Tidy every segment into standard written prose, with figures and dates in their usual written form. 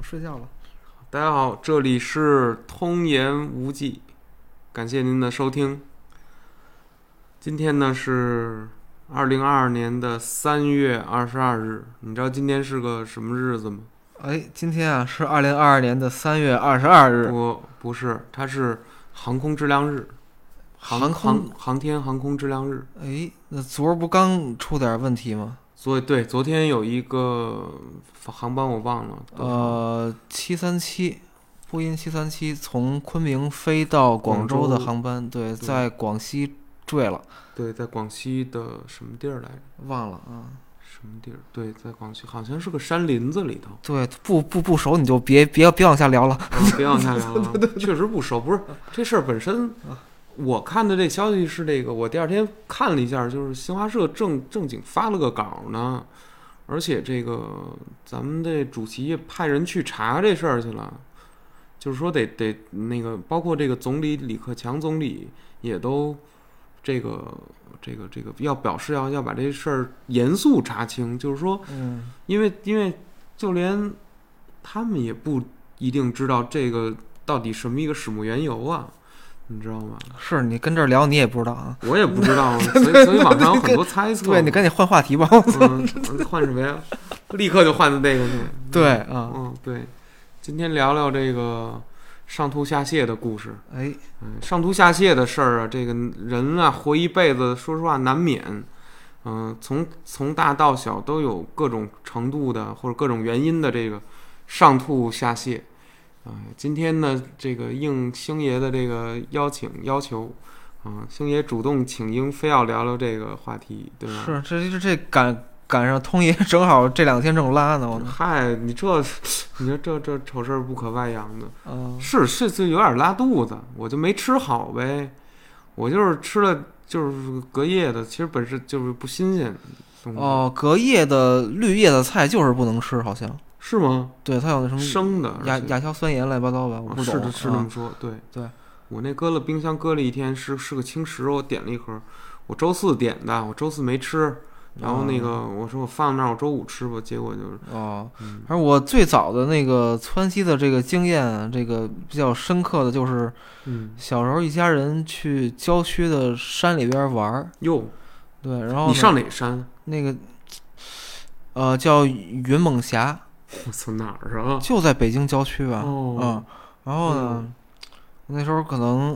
我睡觉了。 大家好，这里是通言无忌，感谢您的收听。今天呢是2022年的3月22日，你知道今天是个什么日子吗？ 今天啊是2022年的3月22日。 不是，它是航空质量日，航天航空质量日。 那昨儿不刚出点问题吗？ 对，昨天有一个航班我忘了 ，737，波音737从昆明飞到广州的航班，对，在广西坠了。 对，在广西的什么地儿来着？ 忘了啊。 什么地儿？对，在广西，好像是个山林子里头。 对，不熟你就别往下聊了。 别往下聊了。确实不熟，不是这事儿本身。我看的这消息是这个，我第二天看了一下，就是新华社正经发了个稿呢，而且这个咱们的主席派人去查这事儿去了，就是说得那个，包括这个总理李克强总理也都这个要表示要把这事儿严肃查清，就是说，因为就连他们也不一定知道这个到底什么一个始末缘由啊。你知道吗？ 是你跟这儿聊，你也不知道啊。 我也不知道，所以网上有很多猜测。 对，你赶紧换话题吧。 换什么呀？立刻就换到这个去。 对啊， 对，今天聊聊这个上吐下泻的故事。上吐下泻的事儿啊，这个人啊，活一辈子，说实话难免。从大到小都有各种程度的或者各种原因的这个上吐下泻。今天呢，这个应星爷的这个要求，星爷主动请缨，非要聊聊这个话题，对吧？ 是，这赶上通爷正好这2天正拉呢。 嗨，你说这丑事不可外扬的。是有点拉肚子，我就没吃好呗。我就是吃了就是隔夜的，其实本身就是不新鲜。 隔夜的绿叶的菜就是不能吃，好像。 是吗？ 对，它有那什么生的亚硝酸盐乱七八糟吧，我不懂。 是这么说。对，我那搁了冰箱搁了1天，是个轻食，我点了一盒，我周4点的，我周4没吃，然后那个我说我放那儿，我周5吃吧，结果就是反正我最早的那个窜稀的这个经验，这个比较深刻的就是，小时候一家人去郊区的山里边玩哟， 对，然后你上哪山？ 那个叫云猛峡。 我操，哪儿啊？ 就在北京郊区吧。然后呢，那时候可能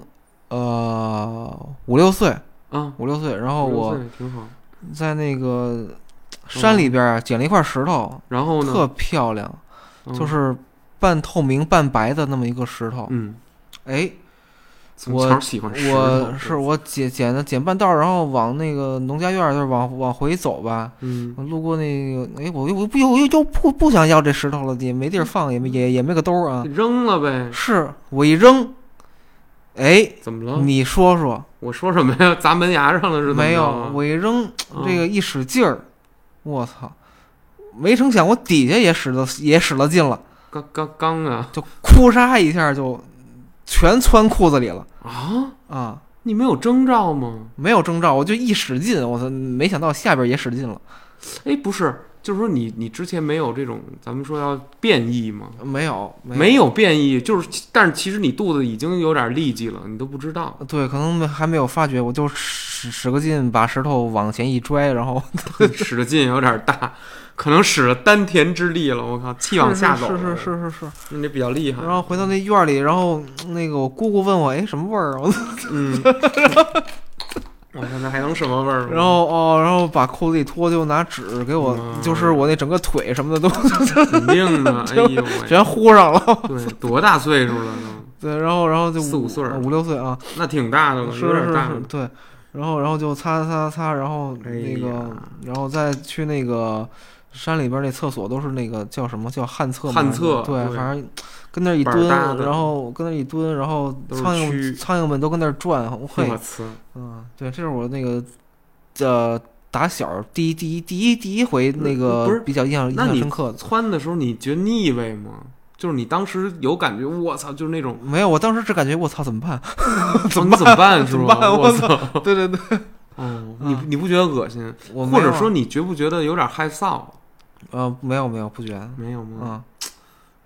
5-6岁，5-6岁。然后我在那个山里边捡了一块石头， 然后呢， 特漂亮，就是半透明半白的那么一个石头。我捡半道，然后往那个农家院就是往回走吧。路过那个，我又不想要这石头了，也没地儿放，也没个兜啊， 扔了呗。 是我一扔， 怎么了？ 你说说， 我说什么呀？砸门牙上了是？ 没有，我一扔，这个一使劲儿，我操！没成想我底下也使了劲了， 刚啊， 就哭嚓一下就。全窜裤子里了啊！ 你没有征兆吗？ 没有征兆，我就一使劲，我操！没想到下边也使劲了。 不是，就是说你之前没有这种咱们说要变异吗？ 没有变异，但是其实你肚子已经有点痢疾了，你都不知道。 对，可能还没有发觉，我就使个劲，把石头往前一拽，然后使的劲有点大。可能使了丹田之力了，我靠，气往下走。 是， 你这比较厉害。 然后回到那院里，然后那个我姑姑问我，什么味儿？ 我看那还能什么味儿？ 然后把裤子一脱，就拿纸给我，就是我那整个腿什么的都肯定的，哎呦， 全糊上了。 对，多大岁数了都？ 对，然后就 4-5岁 ，5-6岁啊， 那挺大的了，有点大。 对，然后就擦，然后那个，然后再去那个。山里边那厕所都是那个叫什么叫旱厕吗？ 旱厕， 对，反正跟那一蹲，然后苍蝇们都跟那转， 我操！ 对，这是我那个打小第一回那个比较印象深刻的。 那你窜的时候，你觉得腻味吗？就是你当时有感觉，我操，就是那种没有，我当时只感觉我操，怎么办？ 你怎么办？是吧？我操！ 对。 你不觉得恶心？或者说你觉不觉得有点害臊？ 没有，不觉得。 没有吗？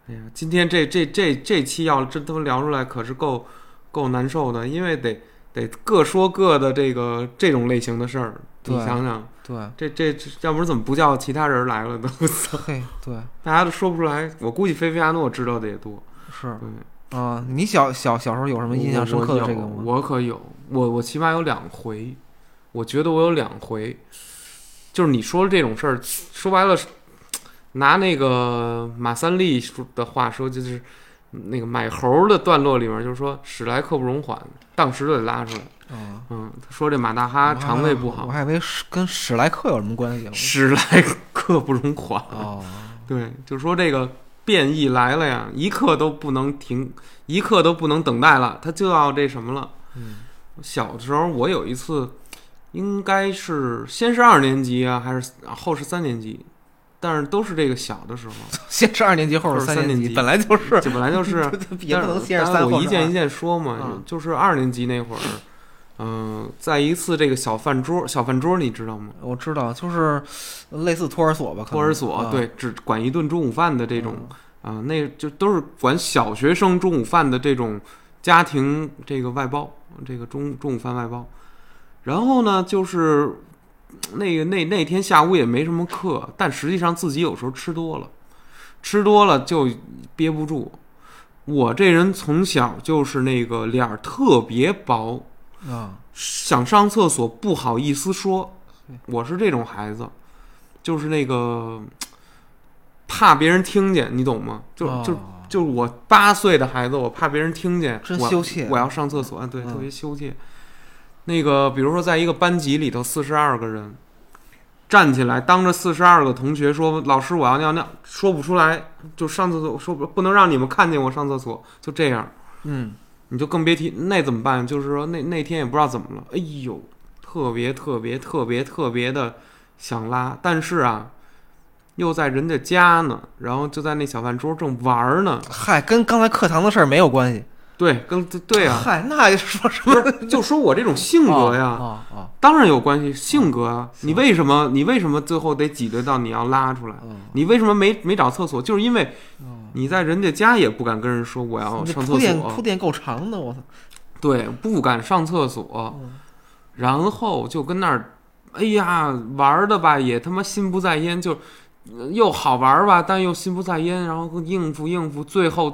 哎呀，今天这期要真他妈聊出来，可是够难受的，因为得各说各的这种类型的事儿。你想想， 对， 这要不然怎么不叫其他人来了都？ 嘿，对， 大家都说不出来。我估计菲菲亚诺知道的也多。 是， 对啊，你小时候有什么印象深刻的这个吗？ 我可有，我起码有2回，我觉得我有2回，就是你说的这种事儿，说白了，拿那个马三立的话说，就是那个买猴的段落里面，就是说史来刻不容缓，当时就得拉出来。他说这马大哈肠胃不好， 我还以为跟史莱克有什么关系。 史来刻不容缓。对，就是说这个变异来了呀，一刻都不能停，一刻都不能等待了，他就要这什么了。小的时候我有一次，应该是先是2年级啊，还是后是3年级，但是都是这个小的时候。 先是2年级，后是3年级，本来就是， 本来就是， 也不能先是3。 我一件一件说嘛，就是2年级那会儿。在一次这个小饭桌你知道吗？ 我知道，就是类似托儿所吧。 托儿所，对，只管一顿中午饭的这种，那就都是管小学生中午饭的这种家庭这个外包，这个中午饭外包。然后呢，就是那天下午也没什么课，但实际上自己有时候吃多了就憋不住。我这人从小就是那个脸儿特别薄。想上厕所不好意思说，我是这种孩子，就是那个怕别人听见，你懂吗？就是我8岁的孩子，我怕别人听见， 真羞怯。 我要上厕所，对，特别羞怯。那个比如说在一个班级里头42个人，站起来当着42个同学说：“老师，我要尿尿。”说不出来，就上厕所，说不能让你们看见我上厕所，就这样。你就更别提那怎么办？就是说那天也不知道怎么了，哎呦，特别的想拉，但是啊，又在人家家呢，然后就在那小饭桌正玩呢。 嗨，跟刚才课堂的事儿没有关系。 对啊。 嗨，那说什么？ 就说我这种性格呀，当然有关系，性格啊。你为什么最后得挤兑到你要拉出来？你为什么没找厕所？就是因为。你在人家家也不敢跟人说我要上厕所， 铺垫够长的，我操！ 对，不敢上厕所，然后就跟那儿，哎呀，玩的吧也他妈心不在焉，就又好玩吧，但又心不在焉，然后应付，最后，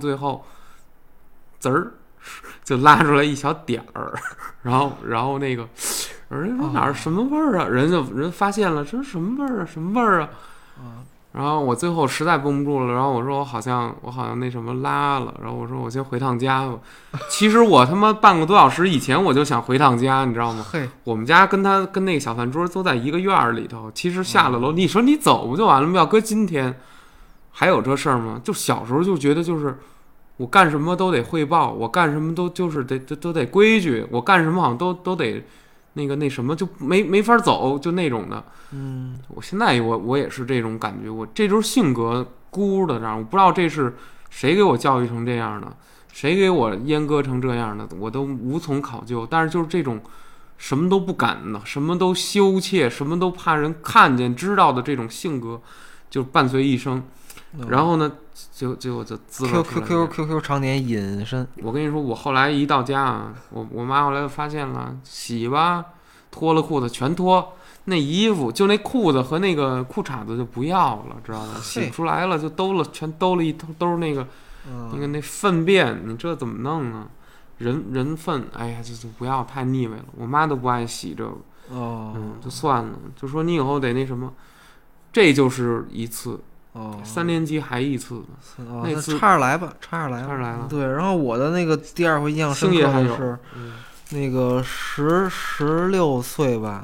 滋儿就拉出来一小点儿，然后那个人说哪儿什么味儿啊？人发现了，这是什么味儿啊？然后我最后实在绷不住了，然后我说我好像那什么拉了，然后我说我先回趟家吧。其实我他妈半个多小时以前我就想回趟家，你知道吗？我们家跟那个小饭桌都在一个院里头，其实下了楼，你说你走不就完了吗？要搁今天还有这事儿吗？就小时候就觉得就是我干什么都得汇报，我干什么都就是都得规矩，我干什么好像都得那什么就没法走，就那种的。我现在我也是这种感觉，我这就是性格孤的这样，我不知道这是谁给我教育成这样的，谁给我阉割成这样的，我都无从考究。但是就是这种什么都不敢的，什么都羞怯，什么都怕人看见知道的这种性格，就伴随一生。然后呢，就滋了。 QQ 常年隐身。 我跟你说，我后来一到家啊，我妈后来发现了，洗吧，脱了裤子全脱。那衣服就那裤子和那个裤衩子就不要了，知道吧？洗不出来了，就全兜了一兜那个那粪便，你这怎么弄啊？人粪，哎呀，就不要太腻歪了。我妈都不爱洗这个，就算了，就说你以后得那什么。这就是一次，3年级还一次呢，那次差着来了。对，然后我的那个第2回印象深刻的是，那个16岁吧。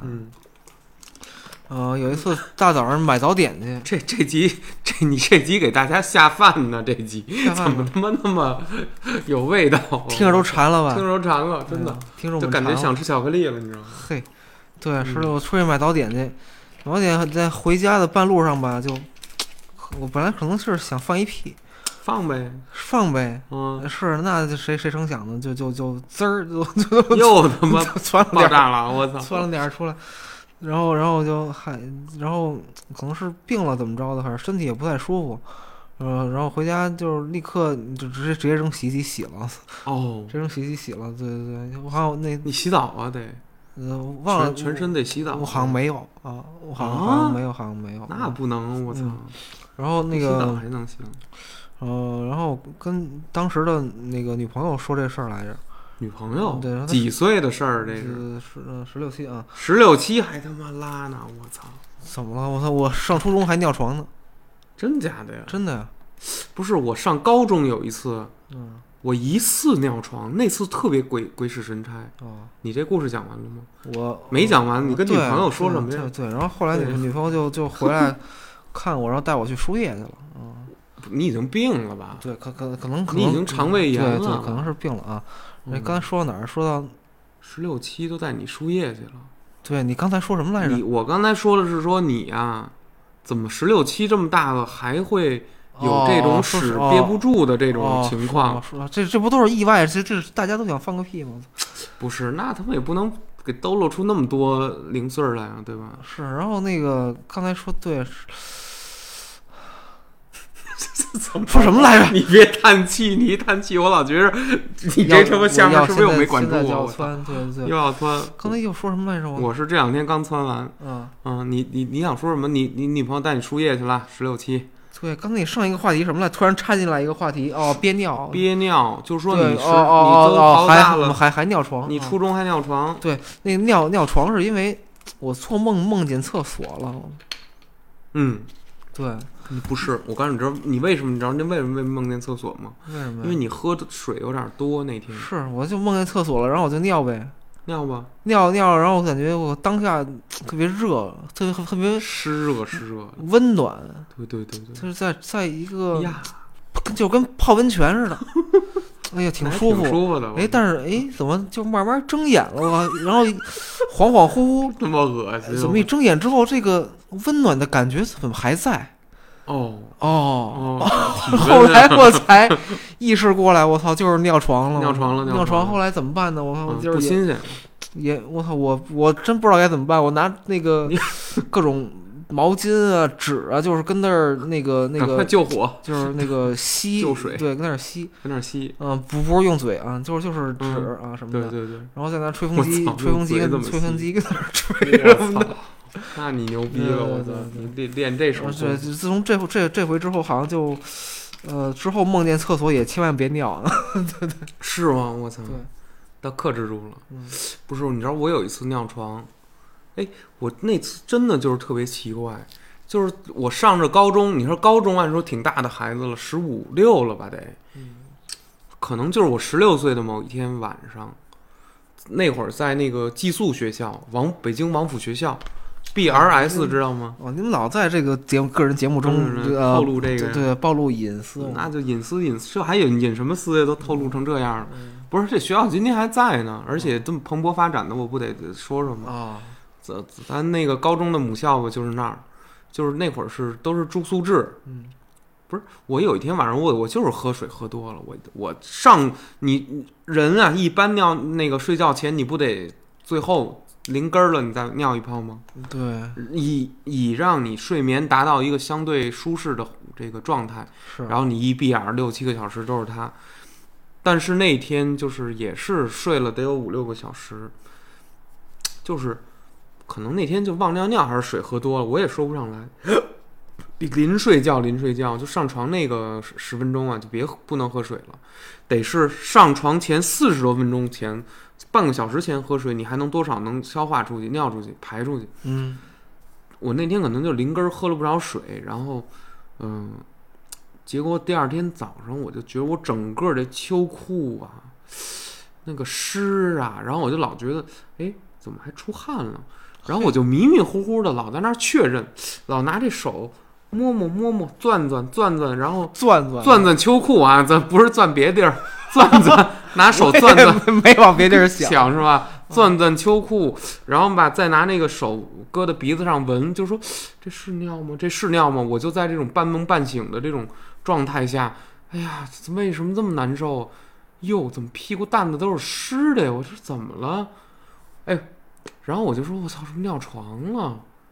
有一次大早上买早点去， 你这集给大家下饭呢，这集怎么他妈那么有味道？ 听着都馋了吧？ 听着都馋了，真的， 听着就感觉想吃巧克力了，你知道吗？ 嘿，对，16我出去买早点去，早点在回家的半路上吧，我本来可能是想放一屁， 放呗， 是，那谁成想的，就滋儿就又他妈窜了爆炸了，我操， 窜了点出来。然后可能是病了怎么着的，反正身体也不太舒服， 然后回家就是立刻就直接扔洗衣机洗了。 哦， 直接扔洗衣机洗了。对对对，我好像你洗澡啊得？ 忘了全身得洗澡。 我好像没有啊，我好像没有，好像没有。 那不能，我操！ 然后那个洗澡还能行？ 然后跟当时的那个女朋友说这事儿来着。 女朋友？ 对， 几岁的事儿？这是 16、17啊。 16、17还他妈拉呢！我操！ 怎么了？我操！我上初中还尿床呢。 真假的呀？ 真的呀。 不是，我上高中有一次，我疑似尿床，那次特别鬼使神差。你这故事讲完了吗？ 我没讲完。你跟女朋友说什么呀？ 对，然后后来女朋友就回来看我，然后带我去输液去了。 你已经病了吧？ 对，可能你已经肠胃炎了。 对，可能是病了啊。刚才说到哪儿？说到 16、17都带你输液去了。 对，你刚才说什么来着？ 我刚才说的是说你啊，怎么16、17这么大了还会有这种屎憋不住的这种情况？ 这不都是意外？这大家都想放个屁吗？ 不是，那他们也不能给兜露出那么多零碎来啊，对吧？ 是，然后那个刚才说对。说什么来着？ 你别叹气，你一叹气，我老觉着你这他妈下面是不是又没管住我？对， 又要窜。 刚才又说什么来着？ 我是这2天刚窜完。你想说什么？你女朋友带你输液去了？16、17。 对，刚才你上一个话题什么来？突然插进来一个话题憋尿， 就是说你都好大了， 还尿床。 你初中还尿床？ 对，那个尿床是因为我做梦见厕所了。对。 不是，我告诉你，知道你为什么？你知道那为什么梦见厕所吗？ 为什么？ 因为你喝的水有点多那天。 是，我就梦见厕所了，然后我就尿呗。 尿吧。 尿，然后我感觉我当下特别热，特别湿热， 温暖。 对， 就是在一个，就跟泡温泉似的。哎呀，挺舒服的。 但是怎么就慢慢睁眼了？然后恍恍惚惚， 这么恶心。 怎么一睁眼之后，这个温暖的感觉怎么还在？后来我才意识过来，我操，就是尿床了。尿床，后来怎么办呢？我靠，就是不新鲜。 我操，我真不知道该怎么办。我拿那个各种毛巾啊、纸啊，就是跟那儿那个快救火， 就是那个吸救水， 对，跟那儿吸，不是用嘴啊，就是纸啊什么的。 对， 然后再拿吹风机跟那儿吹什么的。 那你牛逼了，我操！你练这手。 对，自从这回之后，好像就，之后梦见厕所也千万别尿啊。对。 是吗？我操！ 对， 都克制住了。不是，你知道我有一次尿床，我那次真的就是特别奇怪，就是我上着高中，你说高中按说挺大的孩子了，15、16了吧得，可能就是我16岁的某一天晚上，那会儿在那个寄宿学校，北京王府学校。BRS 知道吗？ 你们老在这个个人节目中透露这个， 对，暴露隐私， 那就隐私，这还隐什么私呀？都透露成这样了。不是，这学校今天还在呢，而且这么蓬勃发展的，我不得说说吗？咱那个高中的母校吧，就是那儿，就是那会儿都是住宿制。不是，我有一天晚上我就是喝水喝多了，我你人啊，一般尿那个睡觉前你不得最后。临根了，你再尿一泡吗？ 对， 以让你睡眠达到一个相对舒适的这个状态。 是， 然后你一闭眼6、7个小时都是它。但是那天就是也是睡了得有5、6个小时，就是可能那天就忘尿还是水喝多了，我也说不上来。临睡觉就上床那个10分钟啊，就不能喝水了，得是上床前40多分钟前。半个小时前喝水，你还能多少能消化出去、尿出去、排出去？我那天可能就临根喝了不少水，然后，结果第2天早上我就觉得我整个这秋裤啊，那个湿啊，然后我就老觉得，怎么还出汗了？然后我就迷迷糊糊的老在那儿确认，老拿这手摸钻，然后钻秋裤啊，咱不是钻别地儿。钻拿手钻， 没往别地儿想是吧？钻秋裤，然后再拿那个手搁在鼻子上闻，就说这是尿吗？这是尿吗？我就在这种半梦半醒的这种状态下，哎呀，为什么这么难受？怎么屁股蛋子都是湿的呀？我说怎么了？然后我就说我操，是不是尿床了？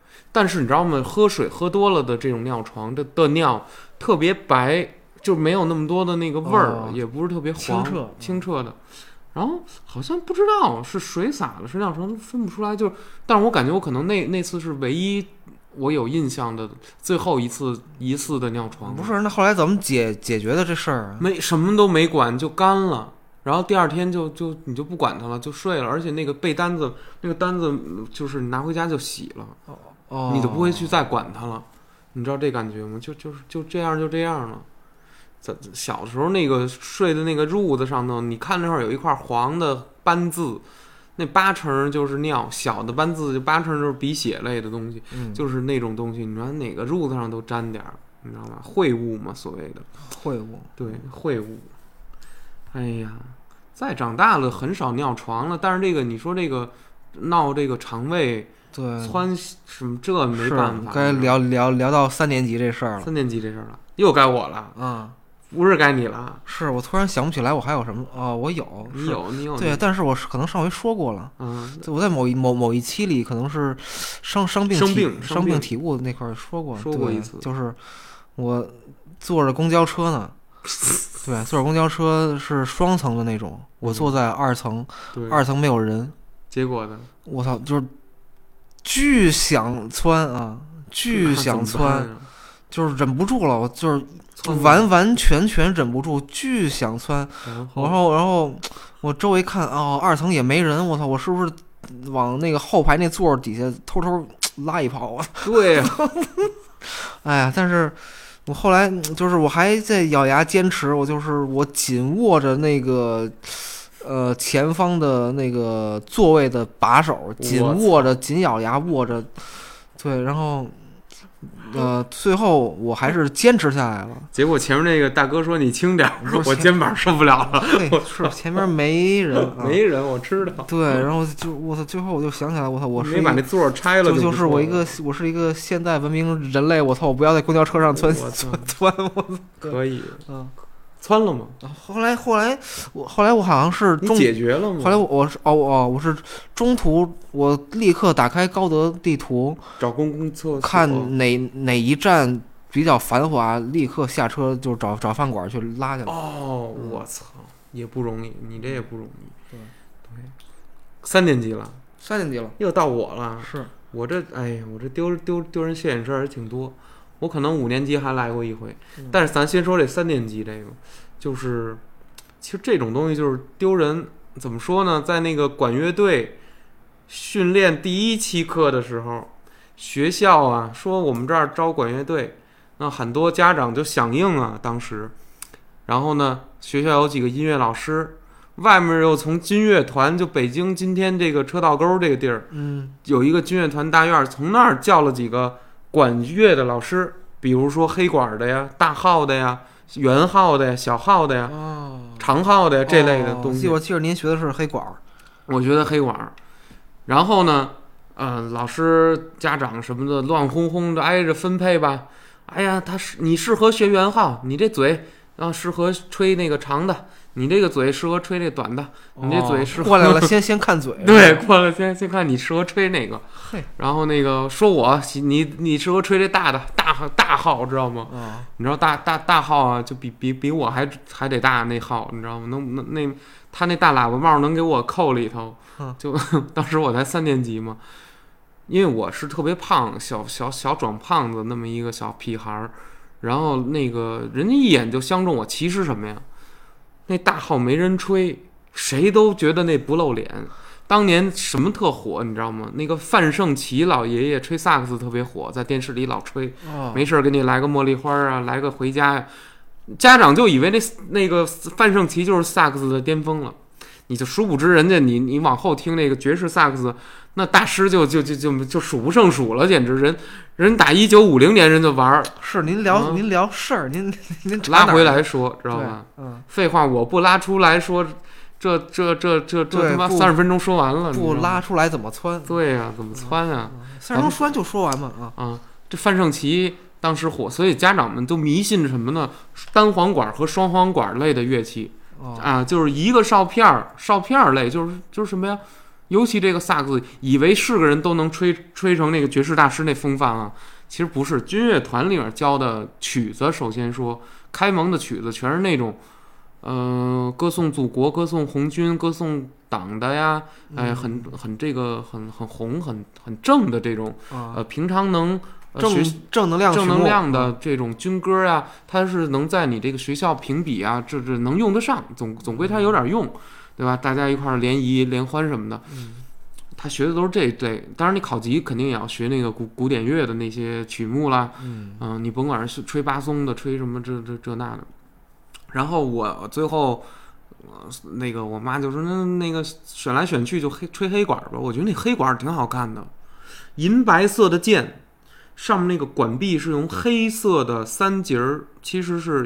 但是你知道吗？喝水喝多了的这种尿床的尿特别白，就没有那么多的那个味儿，也不是特别黄，清澈的。然后好像不知道是水洒了是尿床，分不出来。但是我感觉我可能那次是唯一我有印象的最后一次疑似的尿床。 不是，那后来怎么解决的这事儿啊？ 什么都没管就干了。然后第二天你就不管它了，就睡了。而且那个被单子，那个单子就是你拿回家就洗了，你就不会去再管它了。你知道这感觉吗？就这样了。小的时候那个睡的那个褥子上头，你看那块有一块黄的斑渍，那8成就是尿，小的斑渍就8成就是鼻血类的东西，就是那种东西。你说哪个褥子上都沾点儿，你知道吧？秽物嘛，所谓的秽物， 对，秽物。哎呀，再长大了很少尿床了，但是这个你说这个闹这个肠胃对窜什么，这没办法。 该聊到3年级这事儿了。 3年级这事儿了，又该我了啊！ 不是该你了。 是我突然想不起来我还有什么我有， 你有对，但是我可能上回说过了。我在某一期里可能是伤病体悟那块说过一次， 就是我坐着公交车呢。对，坐着公交车是双层的那种，我坐在2层，2层没有人。 结果呢？ 我操，就是巨想窜啊，巨想窜，就是忍不住了，我就是完全忍不住，巨想窜。然后我周围看2层也没人，我操，我是不是往那个后排那座底下偷拉一泡啊？ 对呀， 哎呀，但是。我后来就是我还在咬牙坚持，我紧握着那个前方的那个座位的把手，紧咬牙握着，对，然后最后我还是坚持下来了。 结果前面那个大哥说你轻点，我肩膀受不了了。 对，是前面没人， 没人，我知道。 对，然后我操，最后我就想起来，我是没把那座拆了， 就是我是一个现代文明人类，我操，我不要在公交车上窜， 可以，窜了吗？ 后来我好像是你解决了吗？ 后来我是中途我立刻打开高德地图， 找公共厕所， 看哪一站比较繁华，立刻下车就找饭馆去拉去了。 我操，也不容易，你这也不容易。对，3年级了 ，3年级了， 又到我了。 是我这丢人现眼事儿也挺多。我可能5年级还来过一回，但是咱先说这3年级这个，就是其实这种东西就是丢人。怎么说呢？在那个管乐队训练第1期课的时候，学校啊说我们这儿招管乐队，那很多家长就响应啊，当时。然后呢，学校有几个音乐老师，外面又从军乐团，就北京今天这个车道沟这个地儿，有一个军乐团大院，从那儿叫了几个管乐的老师，比如说黑管的呀、大号的呀、圆号的呀、小号的呀、长号的呀这类的东西。 我记得您学的是黑管， 我学的黑管。然后呢，老师、家长什么的乱哄哄的挨着分配吧。哎呀，你适合学圆号，你这嘴适合吹那个长的，你这个嘴适合吹这短的，你这嘴适合过来了先看嘴， 对，过来先看你适合吹哪个。然后那个说你适合吹这大的大号，知道吗？你知道大号啊，就比我还得大那号，你知道吗？那他那大喇叭帽能给我扣里头。就当时我才3年级嘛，因为我是特别胖，小壮胖子那么一个小屁孩儿。然后那个人家一眼就相中我，其实什么呀？那大号没人吹，谁都觉得那不露脸。当年什么特火，你知道吗？那个范盛琦老爷爷吹萨克斯特别火，在电视里老吹，没事给你来个茉莉花啊，来个回家呀，家长就以为那个范盛琦就是萨克斯的巅峰了。你就殊不知人家你往后听那个爵士萨克斯，那大师就数不胜数了，简直人打1950年人就玩。是您聊事儿，您拉回来说，知道吧？废话我不拉出来说，这他妈30分钟说完了， 不拉出来怎么窜？ 对呀，怎么窜啊 ？30分钟说完就说完嘛这范盛琦当时火，所以家长们都迷信什么呢？单簧管和双簧管类的乐器。就是一个哨片类，就是什么呀？ 尤其这个萨克斯，以为是个人都能吹成那个爵士大师那风范啊，其实不是。军乐团里面教的曲子，首先说开蒙的曲子全是那种，歌颂祖国、歌颂红军、歌颂党的呀，很这个很红、很正的这种，平常能。 正能量的这种军歌啊，它是能在你这个学校评比啊，这能用得上，总归它有点用，对吧？大家一块联谊联欢什么的，他学的都是这。当然你考级肯定也要学那个古典乐的那些曲目啦，你甭管是吹巴松的，吹什么这那的。然后我最后，那个我妈就说那个选来选去就吹黑管吧，我觉得那黑管挺好看的，银白色的键。上面那个管壁是用黑色的3节，其实是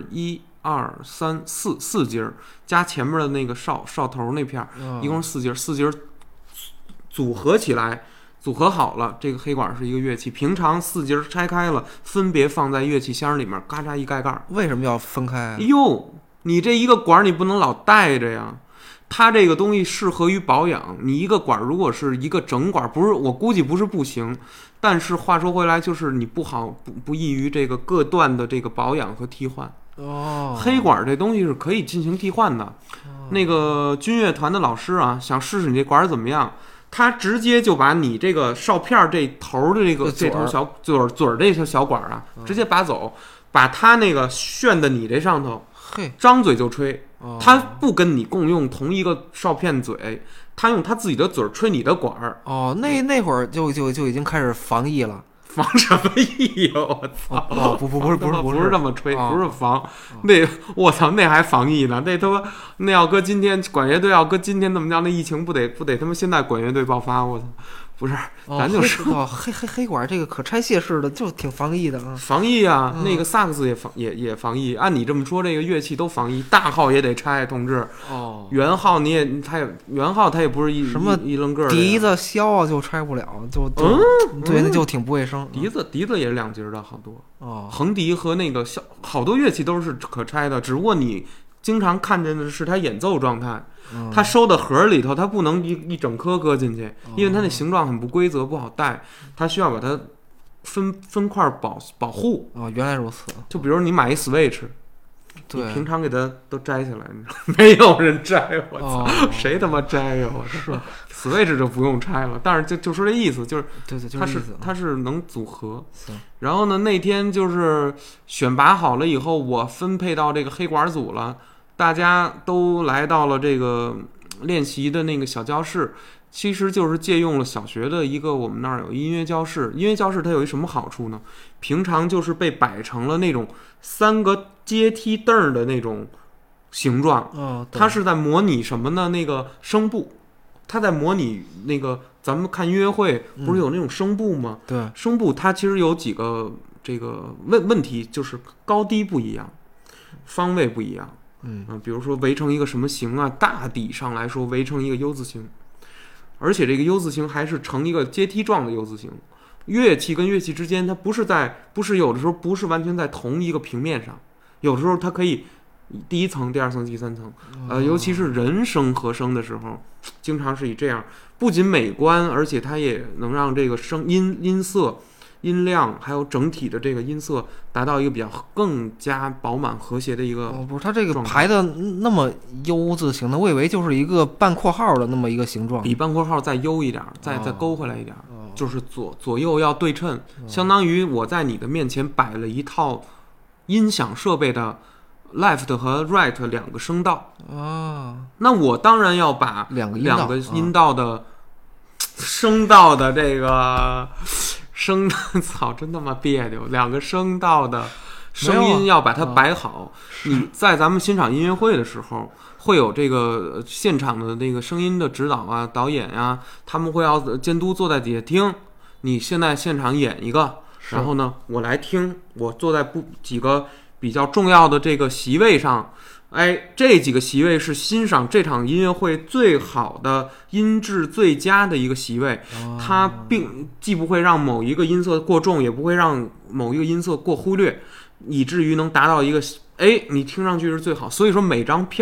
1、2、3、4节，加前面的那个哨头那片，一共是4节组合起来，组合好了，这个黑管是一个乐器。平常4节拆开了，分别放在乐器箱里面，嘎嚓一盖盖。 为什么要分开？ 哟，你这一个管你不能老带着呀。它这个东西适合于保养，你一个管如果是一个整管，不是我估计不是不行，但是话说回来，就是你不易于这个各段的这个保养和替换。黑管这东西是可以进行替换的。那个军乐团的老师啊，想试试你这管怎么样，他直接就把你这个哨片这头的这头小嘴这条小管啊，直接拔走，把他那个旋的你这上头，张嘴就吹。他不跟你共用同一个哨片嘴，他用他自己的嘴吹你的管儿。 那会儿就已经开始防疫了。 防什么疫呀！我操！不是这么吹，不是防。那我操，那还防疫呢？那他妈那要搁今天管乐队要搁今天这么叫，那疫情不得他妈现在管乐队爆发？我操！不是，咱就说黑管这个可拆卸式的就挺防疫的啊。 防疫啊，那个萨克斯也防疫。按你这么说，这个乐器都防疫，大号也得拆，同志。圆号圆号它也不是什么一棱个的。 笛子箫啊就拆不了，对，那就挺不卫生。 笛子也是2节的，好多。横笛和那个好多乐器都是可拆的，只不过你经常看见的是它演奏状态。它收的盒里头，它不能一整颗搁进去，因为它那形状很不规则，不好带，它需要把它分块保护。 原来如此。 就比如你买一 Switch， 对， 你平常给它都摘下来，没有人摘，我操，谁他妈摘呀？我是 Switch 就不用拆了，但是就说这意思，就是对， 它是能组合。然后呢，那天就是选拔好了以后，我分配到这个黑管组了。大家都来到了这个练习的那个小教室，其实就是借用了小学的一个，我们那儿有音乐教室。音乐教室它有一什么好处呢？平常就是被摆成了那种3个阶梯凳的那种形状。它是在模拟什么呢？那个声部，它在模拟那个咱们看音乐会不是有那种声部吗？ 对， 声部它其实有几个这个问题，就是高低不一样，方位不一样。比如说围成一个什么形啊，大体上来说围成一个 U 字形，而且这个 U 字形还是成一个阶梯状的 U 字形。乐器跟乐器之间，它不是有的时候不是完全在同一个平面上，有的时候它可以第1层、第2层、第3层。尤其是人声和声的时候，经常是以这样，不仅美观，而且它也能让这个音色。音量还有整体的这个音色达到一个更加饱满和谐的一个。 不是，它这个排的那么 U 字形的，我以为就是一个半括号的那么一个形状， 比半括号再 U 一点，再勾回来一点，就是左右要对称，相当于我在你的面前摆了一套音响设备的 left 和 right 2个声道那我当然要把两个音道的声道的这个。操，真他妈别扭！2个声道的声音要把它摆好。你在咱们欣赏音乐会的时候，会有这个现场的那个声音的指导啊、导演啊，他们会要监督坐在底下听。你现在现场演一个，然后呢，我来听。我坐在几个比较重要的这个席位上。这几个席位是欣赏这场音乐会最好的音质最佳的一个席位，它既不会让某一个音色过重，也不会让某一个音色过忽略，以至于能达到一个你听上去是最好。所以说每张票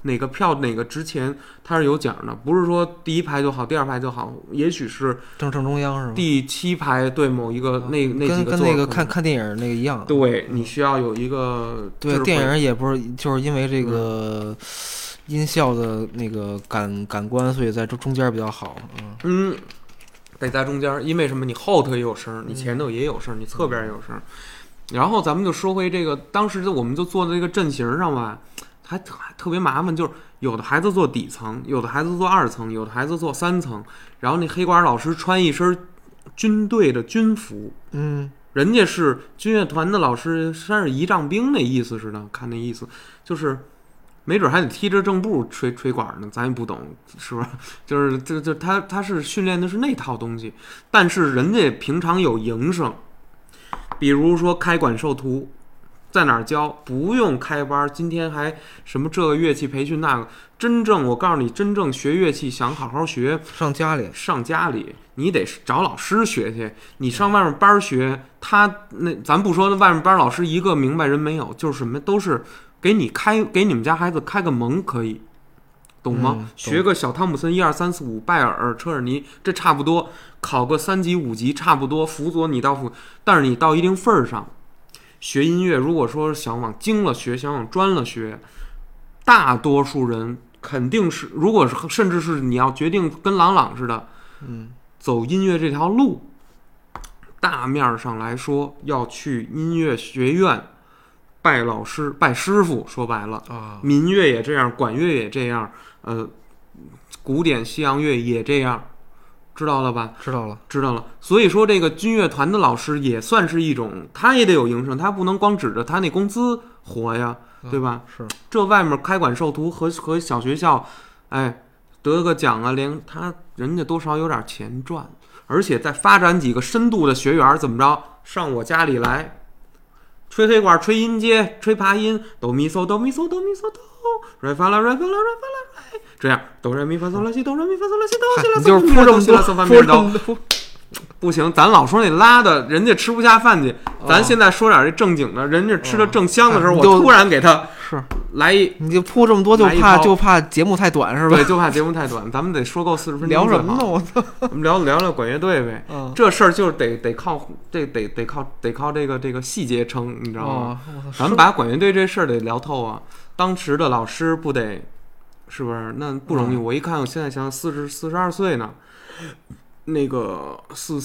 哪个票哪个值钱，它是有奖的，不是说第1排就好，第2排就好，也许是正中央是吗？ 第7排对某一个那几个跟那个看电影那个一样。 对，你需要有一个对电影也不是就是因为这个音效的那个感官，所以在中间比较好。 得在中间，因为什么？你后头也有声，你前头也有声，你侧边也有声。然后咱们就说回这个，当时我们就坐在这个阵型上吧，还特别麻烦，就是有的孩子坐底层，有的孩子坐2层，有的孩子坐3层。然后那黑管老师穿一身军队的军服，人家是军乐团的老师，像是仪仗兵那意思似的，看那意思就是没准还得踢着正步吹管呢，咱也不懂，是不是？就是他是训练的是那套东西，但是人家平常有营生，比如说开管授徒，在哪儿教？不用开班，今天还什么这个乐器培训那个，真正我告诉你，真正学乐器想好好学，上家里，你得找老师学去。你上外面班学，咱不说那外面班老师一个明白人没有，就是什么都是。给你们家孩子开个蒙可以，懂吗？学个小汤姆森1、2、3、4、5，拜耳、车尔尼，这差不多，考个3级5级差不多，辅佐你到但是你到一定份儿上，学音乐如果说想往精了学，想往专了学，大多数人肯定是，如果是甚至是你要决定跟朗似的，走音乐这条路，大面上来说要去音乐学院。拜老师拜师傅，说白了民乐也这样，管乐也这样，古典西洋乐也这样，知道了吧？知道了。所以说这个军乐团的老师也算是一种，他也得有营生，他不能光指着他那工资活呀，对吧？ 是这外面开管授徒和小学校，得个奖啊，连人家多少有点钱赚，而且再发展几个深度的学员，怎么着？上我家里来。吹黑管，吹音阶，吹爬音，哆咪嗦哆咪嗦哆咪嗦哆，来发啦来发啦来发啦来，这样哆来咪发嗦啦西哆来咪发嗦啦西哆， 你就是铺这么多，不行，咱老说那拉的，人家吃不下饭去，咱现在说点这正经的，人家吃的正香的时候，我突然给他来一， 你就铺这么多，就怕节目太短是吧？ 对，就怕节目太短，咱们得说够40分钟。 聊什么呢？我操！ 我们聊管乐队呗。这事儿就是得靠这个细节撑，你知道吗？咱们把管乐队这事儿得聊透啊。当时的老师不得，是不是？那不容易。我一看，我现在想42岁呢。那个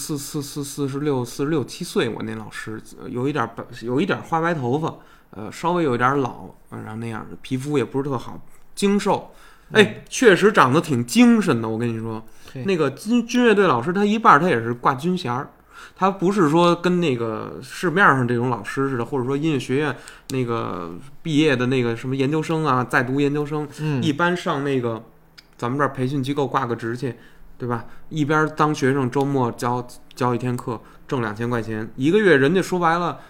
46、7岁，我那老师有一点花白头发，稍微有一点老，然后那样的皮肤也不是特好，精瘦，确实长得挺精神的。我跟你说，那个军乐队老师他一半他也是挂军衔，他不是说跟那个市面上这种老师似的，或者说音乐学院那个毕业的那个什么研究生啊，在读研究生，一般上那个咱们这儿培训机构挂个职去。对吧？一边当学生，周末教1天课，挣2000块钱一个月，人家说白了，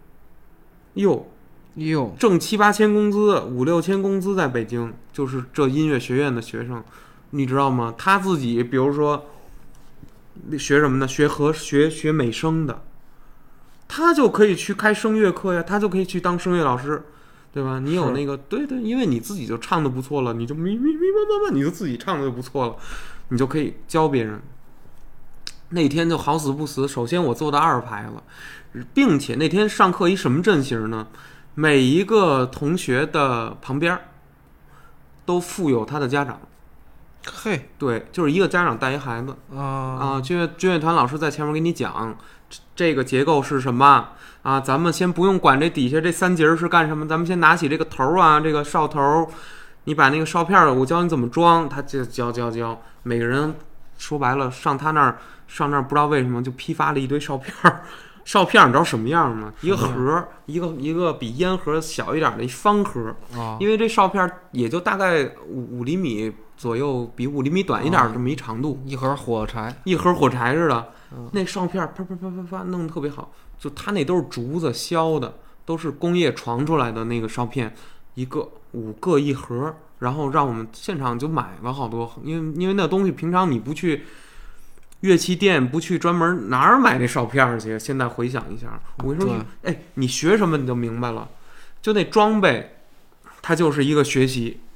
挣7、8千工资，5、6千工资，在北京就是这音乐学院的学生，你知道吗？他自己比如说学什么呢？学美声的，他就可以去开声乐课呀，他就可以去当声乐老师。对吧？你有那个对，因为你自己就唱的不错了，你就咪你就自己唱的就不错了，你就可以教别人。那天就好死不死，首先我坐到2排了，并且那天上课一什么阵型呢？每一个同学的旁边都附有他的家长。 嘿， 对，就是一个家长带一孩子军乐团老师在前面给你讲这个结构是什么啊？咱们先不用管这底下这3节是干什么，咱们先拿起这个头啊，这个哨头，你把那个哨片我教你怎么装，他就教。每个人说白了上那儿不知道为什么就批发了一堆哨片。哨片你知道什么样吗？一个盒，一个比烟盒小一点的一方盒，因为这哨片也就大概5厘米左右，比5厘米短一点这么一长度， 一盒火柴似的。那哨片啪弄得特别好，就它那都是竹子削的，都是工业传出来的那个哨片，一个5个一盒，然后让我们现场就买了好多，因为那东西平常你不去乐器店，不去专门哪儿买那哨片去？现在回想一下，我跟你说，你学什么你就明白了，就那装备，它就是一个学习，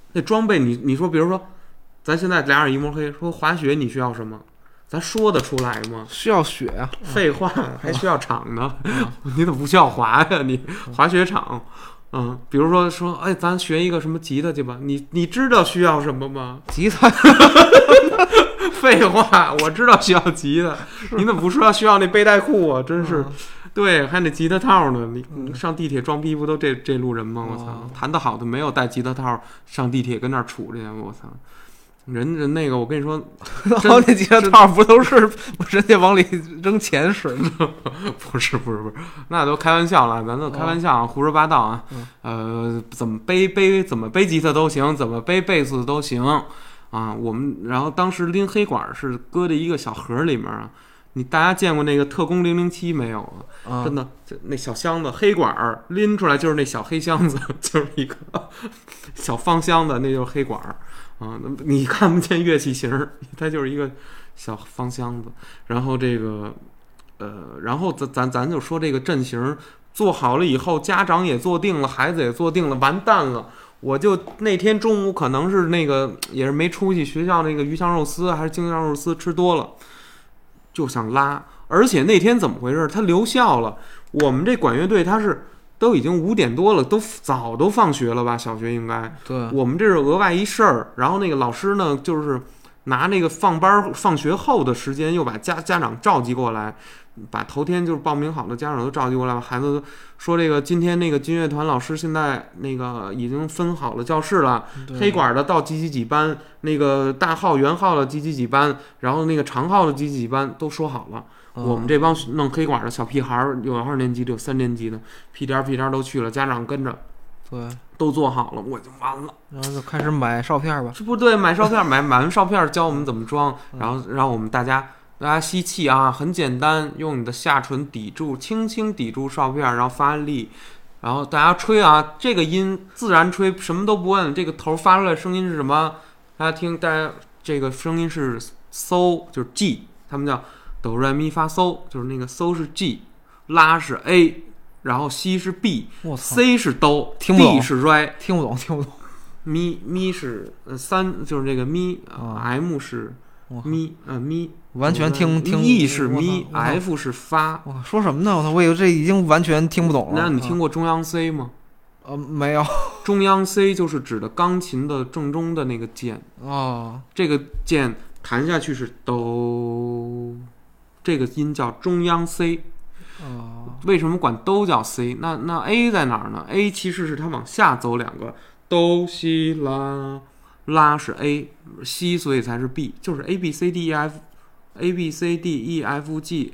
那装备你说，比如说，咱现在俩人一摸黑，说滑雪你需要什么？咱说得出来吗？ 需要雪呀、 废话，还需要场呢。你怎么不需要滑呀？你滑雪场，比如说，哎，咱学一个什么吉他去吧？你知道需要什么吗？ 吉他。 废话，我知道需要吉他，你怎么不说需要那背带裤啊？真是，对，还得吉他套呢。你上地铁装逼不都这路人吗？我操，弹得好的没有带吉他套上地铁跟那儿杵着呀！我操。人那个，我跟你说， 那吉他套不都是人家往里扔钱使的？ 不是，那都开玩笑了，咱都开玩笑，胡说八道啊。怎么背吉他都行，怎么背贝斯都行啊。我们然后当时拎黑管是搁在一个小盒里面啊。大家见过那个特工007没有啊？真的，那小箱子黑管拎出来就是那小黑箱子，就是一个小方箱子，那就是黑管啊，你看不见乐器型，它就是一个小方箱子。然后这个，然后咱就说这个阵型做好了以后，家长也做定了，孩子也做定了，完蛋了。我就那天中午可能是那个也是没出息，学校那个鱼香肉丝还是京酱肉丝吃多了，就想拉。而且那天怎么回事？他留校了。我们这管乐队他是。都已经5点多了，早都放学了吧？小学应该。 对。 我们这是额外一事儿，然后那个老师呢，就是拿那个放学后的时间，又把家长召集过来，把头天就是报名好的家长都召集过来。孩子说这个今天那个金乐团老师现在那个已经分好了教室了，黑管的到几班，那个大号圆号的几班，然后那个长号的几班都说好了。我们这帮弄黑管的小屁孩有2年级的，有3年级的，屁颠都去了，家长跟着， 对， 都做好了，我就完了。 然后就开始买哨片吧。 这不对，买哨片，买完哨片教我们怎么装，然后让我们大家吸气啊，很简单，用你的下唇轻轻抵住哨片，然后发力，然后大家吹啊，这个音自然吹，什么都不问，这个头发出来的声音是什么？大家听，大家这个声音是 so， 就是 G， 他们叫。哆来咪发嗦，就是那个嗦是 G， 拉是 A， 然后西是 B，C 是哆，D 是 Re， 听不懂。 咪是3，就是这个咪，M 是咪咪， 完全听 E 是咪，F 是发。 哇，说什么呢？我以为这已经完全听不懂了。 那你听过中央 C 吗？ 没有。 中央 C 就是指的钢琴的正中的那个键。这个键弹下去是哆。这个音叫中央 C， 为什么管都叫 C？ 那 A 在哪儿呢 ？A 其实是它往下走2个，哆西拉，拉是 A， 西所以才是 B， 就是 A B C D E F，A B C D E F G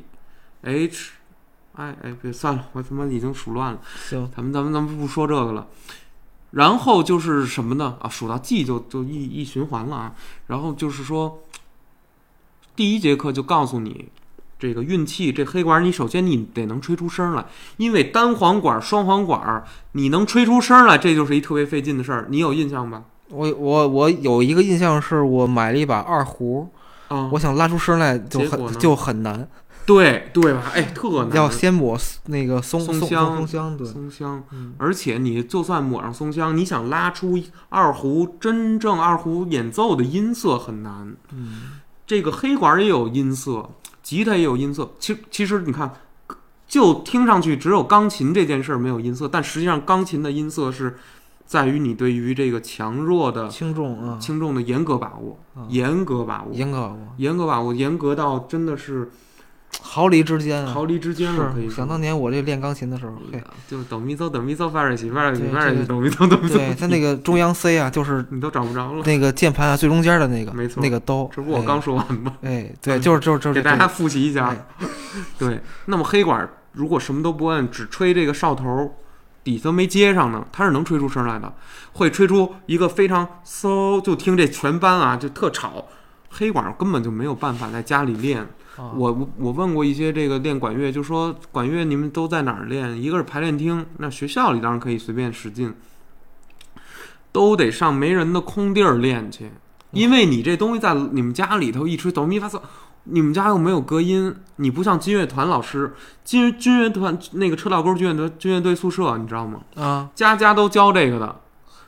H I， 别算了，我他妈已经数乱了。 行， 咱们不说这个了。然后就是什么呢？数到 G 就一循环了啊。然后就是说，第1节课就告诉你。这个运气，这黑管你首先你得能吹出声来，因为单簧管、双簧管你能吹出声来，这就是一特别费劲的事儿。你有印象吧？ 我有一个印象是我买了一把2胡，我想拉出声来就很难。 对吧？哎，特难， 要先抹那个松香，对，松香。而且你就算抹上松香，你想拉出真正二胡演奏的音色很难。这个黑管也有音色。吉他也有音色，其实你看，就听上去只有钢琴这件事没有音色，但实际上钢琴的音色是在于你对于这个强弱的轻重的严格把握，严格到真的是毫厘之间了，可以。 想当年我这练钢琴的时候， 就是哆咪嗦发瑞西哆咪嗦。 对，在那个中央 C 啊，就是你都找不着了。 那个键盘啊，最中间的那个， 没错， 那个哆。 这不我刚说完吗？ 对，就是给大家复习一下。对，那么黑管如果什么都不摁，只吹这个哨头，底子没接上呢，它是能吹出声来的，会吹出一个非常嗖，就听这全班啊，就特吵。黑管根本就没有办法在家里练。我问过一些这个练管乐，就说管乐你们都在哪儿练？一个是排练厅，那学校里当然可以随便使劲，都得上没人的空地儿练去，因为你这东西在你们家里头一吹哆咪发嗦，你们家又没有隔音，你不像军乐团老师，军乐团那个车道沟军乐队宿舍，你知道吗？家家都教这个的。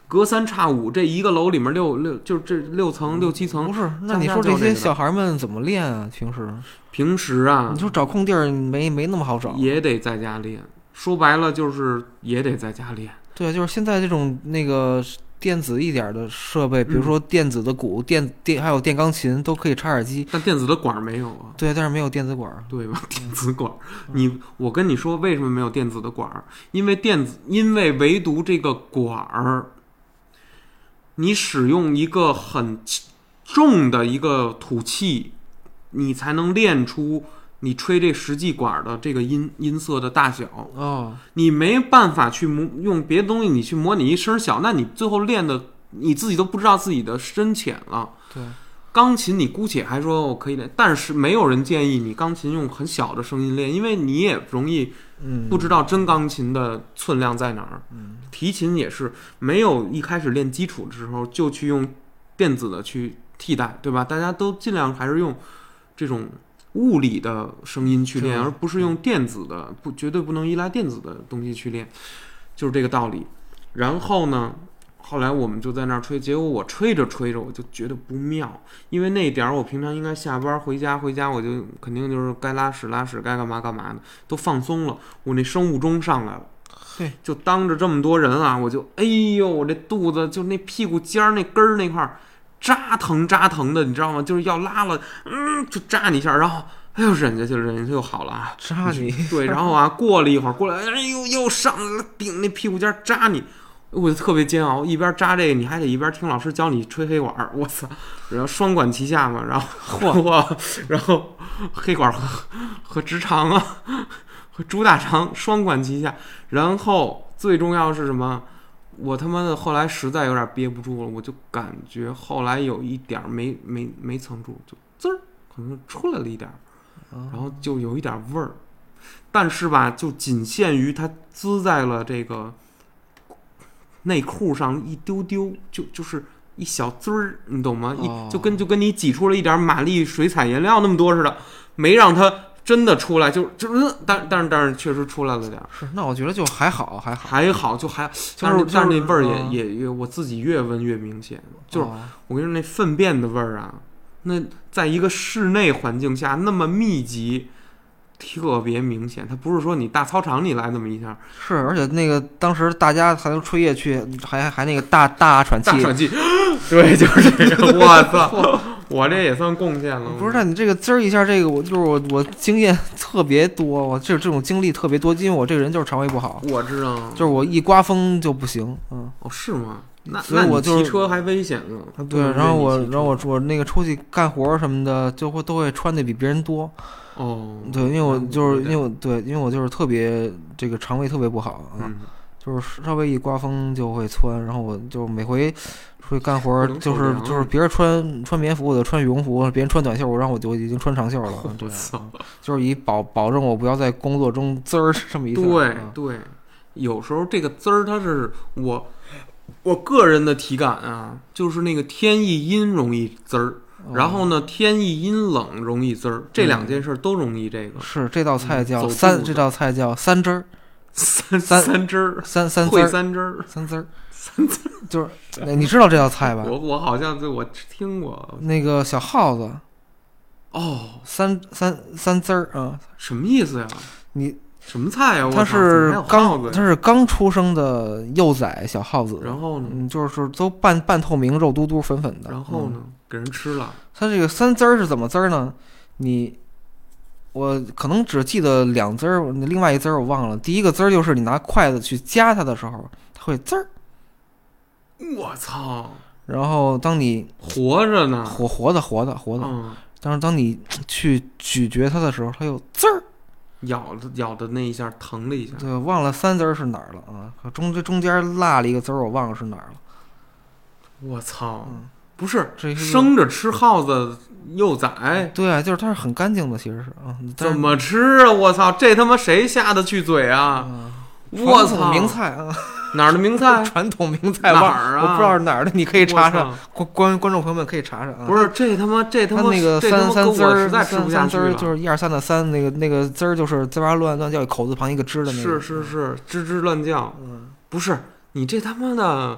隔三差五，这一个楼里面就这6层6、7层。 不是，那你说这些小孩们怎么练啊？平时啊， 你说找空地儿没那么好找， 也得在家练。说白了就是也得在家练。 对，就是现在这种那个电子一点的设备，比如说电子的鼓、还有电钢琴都可以插耳机， 但电子的管没有啊。 对，但是没有电子管， 对吧？电子管，我跟你说为什么没有电子的管？因为唯独这个管儿，你使用一个很重的一个土器，你才能练出你吹这实际管的这个音色的大小。你没办法去用别的东西你去模拟一声小，那你最后练的你自己都不知道自己的深浅了。 对， 钢琴你姑且还说我可以练，但是没有人建议你钢琴用很小的声音练，因为你也容易不知道真钢琴的寸量在哪儿。提琴也是没有一开始练基础的时候就去用电子的去替代，对吧？大家都尽量还是用这种物理的声音去练，而不是用电子的，绝对不能依赖电子的东西去练，就是这个道理。然后呢，后来我们就在那儿吹，结果我吹着吹着我就觉得不妙，因为那点儿我平常应该下班回家我就肯定就是该拉屎拉屎，该干嘛干嘛的，都放松了，我那生物钟上来了。 对， 就当着这么多人啊，我就哎呦，我这肚子就那屁股尖儿那根儿那块儿扎疼的，你知道吗？就是要拉了，就扎你一下，然后哎呦忍下去了，忍下去就好了啊， 扎你。 对，然后啊，过了一会儿过来，哎呦又上来了，顶那屁股尖扎你，我就特别煎熬，一边扎这个你还得一边听老师教你吹黑管，我操，然后双管齐下嘛，然后然后黑管和直肠啊。和猪大肠双管齐下，然后最重要是什么？我他妈的后来实在有点憋不住了，我就感觉后来有一点没撑住，就滋儿可能出来了一点，然后就有一点味儿，但是吧，就仅限于它滋在了这个内裤上一丢丢，就是一小滋儿，你懂吗？就跟你挤出了一点玛丽水彩颜料那么多似的，没让它真的出来，但是确实出来了点。 是，那我觉得就还好， 就还，但是那味儿也我自己越闻越明显。就是我跟你说，那粪便的味儿啊，那在一个室内环境下那么密集，特别明显。它不是说你大操场里来那么一下。 是，而且那个当时大家还都吹乐去，还那个大喘气。 大喘气，对，就是这个。我操！我这也算贡献了。 不是，你这个滋儿一下，这个我经验特别多，我这种经历特别多，因为我这个人就是肠胃不好。 我知道， 就是我一刮风就不行。 是吗？ 所以我就骑车还危险呢。 对，然后我那个出去干活什么的，都会穿的比别人多。对，因为我就是特别这个肠胃特别不好啊。就是稍微一刮风就会窜，然后我就每回出去干活，就是别人穿棉服，我就穿羽绒服；别人穿短袖，然后我就已经穿长袖了。对，就是以保证我不要在工作中滋儿这么一对对，有时候这个滋儿，它是我个人的体感啊，就是那个天一阴容易滋儿。然后呢，天一阴冷容易滋儿，这两件事都容易这个。 是这道菜叫这道菜叫三汁儿。 三汁儿，三汁儿， 就是你知道这道菜吧？ 我好像我听过那个小耗子。三汁儿啊， 什么意思呀？ 你什么菜呀？ 它是刚出生的幼崽小耗子， 然后呢， 就是都半透明，肉嘟嘟粉粉的。 然后呢，给人吃了。 它这个三汁儿是怎么滋儿呢？我可能只记得两滋儿，另外一滋儿我忘了。第一个滋儿就是你拿筷子去夹它的时候，它会滋儿。 我操！ 然后当你活着呢， 活的，但是当你去咀嚼它的时候，它又滋儿。 咬的那一下疼了一下。 对，忘了三滋儿是哪儿了啊？中间落了一个滋儿，我忘了是哪儿了。 我操！不是生着吃耗子幼崽， 对啊，就是它是很干净的，其实是怎么吃啊？我操，这他妈谁下得去嘴啊？我操， 名菜啊， 哪儿的名菜？ 传统名菜哪儿啊？ 我不知道是哪儿的，你可以查查，观众朋友们可以查查啊。 不是这他妈那个三滋儿， 实在吃不下去了。 就是1、2、3的3，那个滋儿就是滋哇乱叫，口字旁一个支的那个。 是，吱吱乱叫。不是你这他妈的。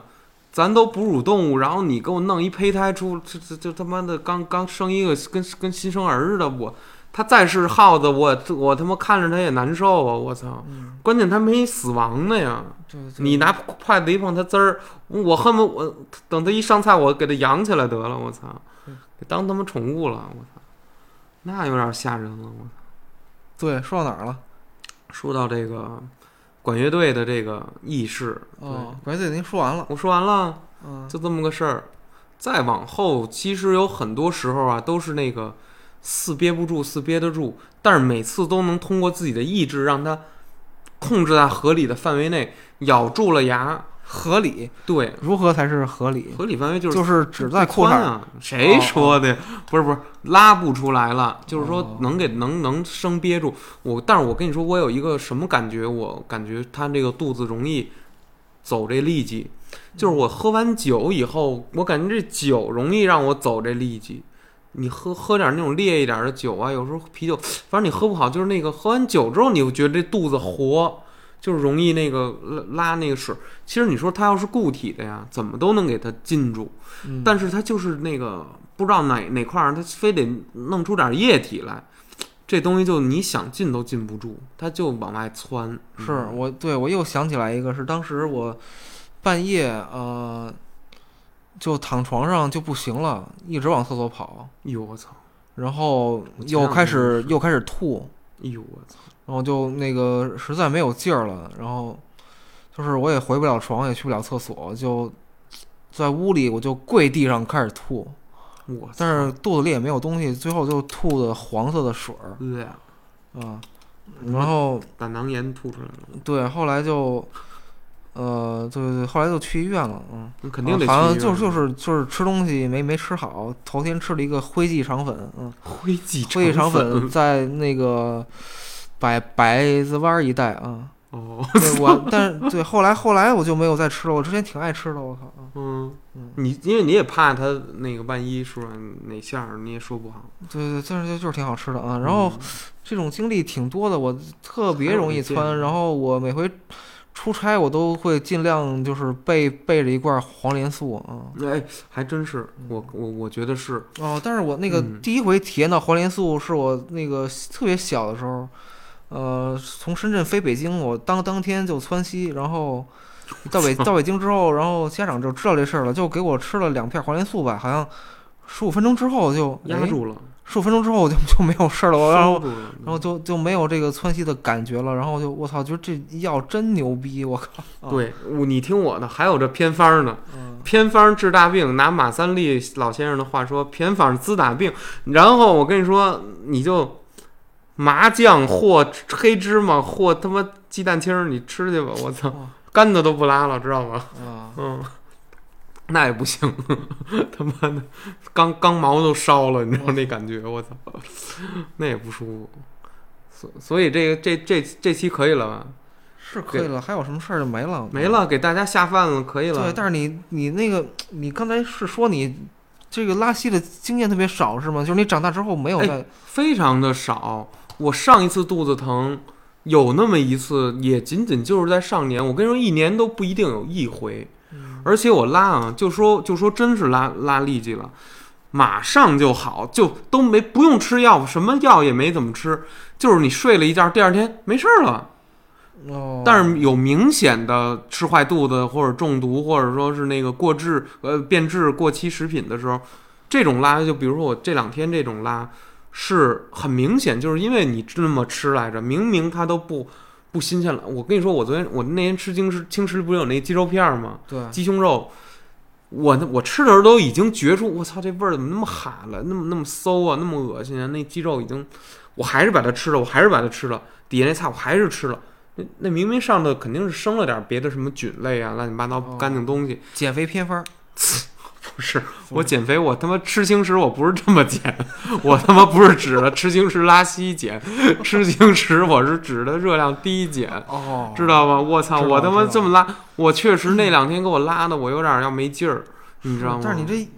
咱都哺乳动物，然后你给我弄一胚胎出，这他妈的刚生一个跟新生儿似的，他再是耗子，我他妈看着他也难受啊！我操，关键他没死亡呢呀。你拿筷子一碰，他滋儿，我恨不我等他一上菜，我给他扬起来得了，我操，给当他妈宠物了，我操，那有点吓人了，我操。 对，说到哪儿了？ 说到这个管乐队的这个轶事。 管乐队您说完了， 我说完了，就这么个事儿。再往后，其实有很多时候啊，都是那个似憋不住，似憋得住，但是每次都能通过自己的意志让它控制在合理的范围内，咬住了牙。 合理， 对， 如何才是合理？ 合理范围就是只在裤衩啊？谁说的？不是拉不出来了，就是说能生憋住。但是我跟你说，我有一个什么感觉？我感觉他这个肚子容易走这痢疾，就是我喝完酒以后，我感觉这酒容易让我走这痢疾。你喝点那种烈一点的酒啊，有时候啤酒，反正你喝不好，就是那个喝完酒之后，你就觉得这肚子活。就是容易那个拉那个屎，其实你说它要是固体的呀，怎么都能给它禁住，但是它就是那个不知道哪块儿，它非得弄出点液体来，这东西就你想禁都禁不住，它就往外窜。 是我又想起来一个，是当时我半夜就躺床上就不行了，一直往厕所跑。 哟我操！ 然后又开始吐。 哟我操！ 然后就那个实在没有劲儿了，然后就是我也回不了床，也去不了厕所，就在屋里我就跪地上开始吐。但是肚子里也没有东西，最后就吐的黄色的水儿。然后胆囊炎吐出来了。 对，后来就对，后来就去医院了。 肯定得去医院。 好像就是吃东西没吃好，头天吃了一个灰记肠粉。 灰记肠粉在那个百子湾一带啊。但是对后来我就没有再吃了，我之前挺爱吃的，我靠。 因为你也怕它那个万一说哪馅你也说不好。 对，但是就是挺好吃的啊。然后这种经历挺多的，我特别容易窜，然后我每回出差我都会尽量就是备着一罐黄连素啊。 还真是，我觉得是。 但是我那个第一回体验到黄连素是我那个特别小的时候。从深圳飞北京，我当天就窜稀，然后到北京之后，然后家长就知道这事儿了，就给我吃了2片黄连素吧，好像15分钟之后就压住了 ，15分钟之后就没有事儿了，然后就没有这个窜稀的感觉了，然后我操，觉得这药真牛逼，我靠！ 对，你听我的，还有这偏方呢，偏方治大病，拿马三立老先生的话说，偏方滋大病，然后我跟你说，你就。麻酱或黑芝麻或他妈鸡蛋清，你吃去吧！我操，干的都不拉了，知道吗？那也不行，他妈的，刚毛都烧了，你知道那感觉？我操，那也不舒服。所以这期可以了吧？ 是可以了，还有什么事儿就没了？ 没了，给大家下饭了，可以了。 对，但是你那个，你刚才是说你这个拉稀的经验特别少是吗？就是你长大之后没有非常的少。我上一次肚子疼有那么一次，也仅仅就是在上年。我跟你说，1年都不一定有1回。而且我拉啊，就说真是拉痢疾了，马上就好，就都不用吃药，什么药也没怎么吃，就是你睡了一觉，第2天没事了。但是有明显的吃坏肚子或者中毒，或者说是那个变质过期食品的时候，这种拉，就比如说我这2天这种拉。是很明显，就是因为你这么吃来着，明明它都不新鲜了。我跟你说，我那天吃轻食不是有那鸡肉片吗？ 对， 鸡胸肉，我吃的时候都已经觉出，我操，这味儿怎么那么哈了，那么馊啊，那么恶心啊！那鸡肉已经，我还是把它吃了，底下那菜我还是吃了。那明明上的肯定是生了点别的什么菌类啊，乱七八糟不干净东西。 减肥偏方。 不是我减肥，我他妈吃轻食，我不是这么减，我他妈不是指的吃轻食拉稀减，吃轻食我是指的热量低减，知道吗？我操，我他妈这么拉，我确实那2天给我拉的，我有点要没劲儿，你知道吗？ 但是你这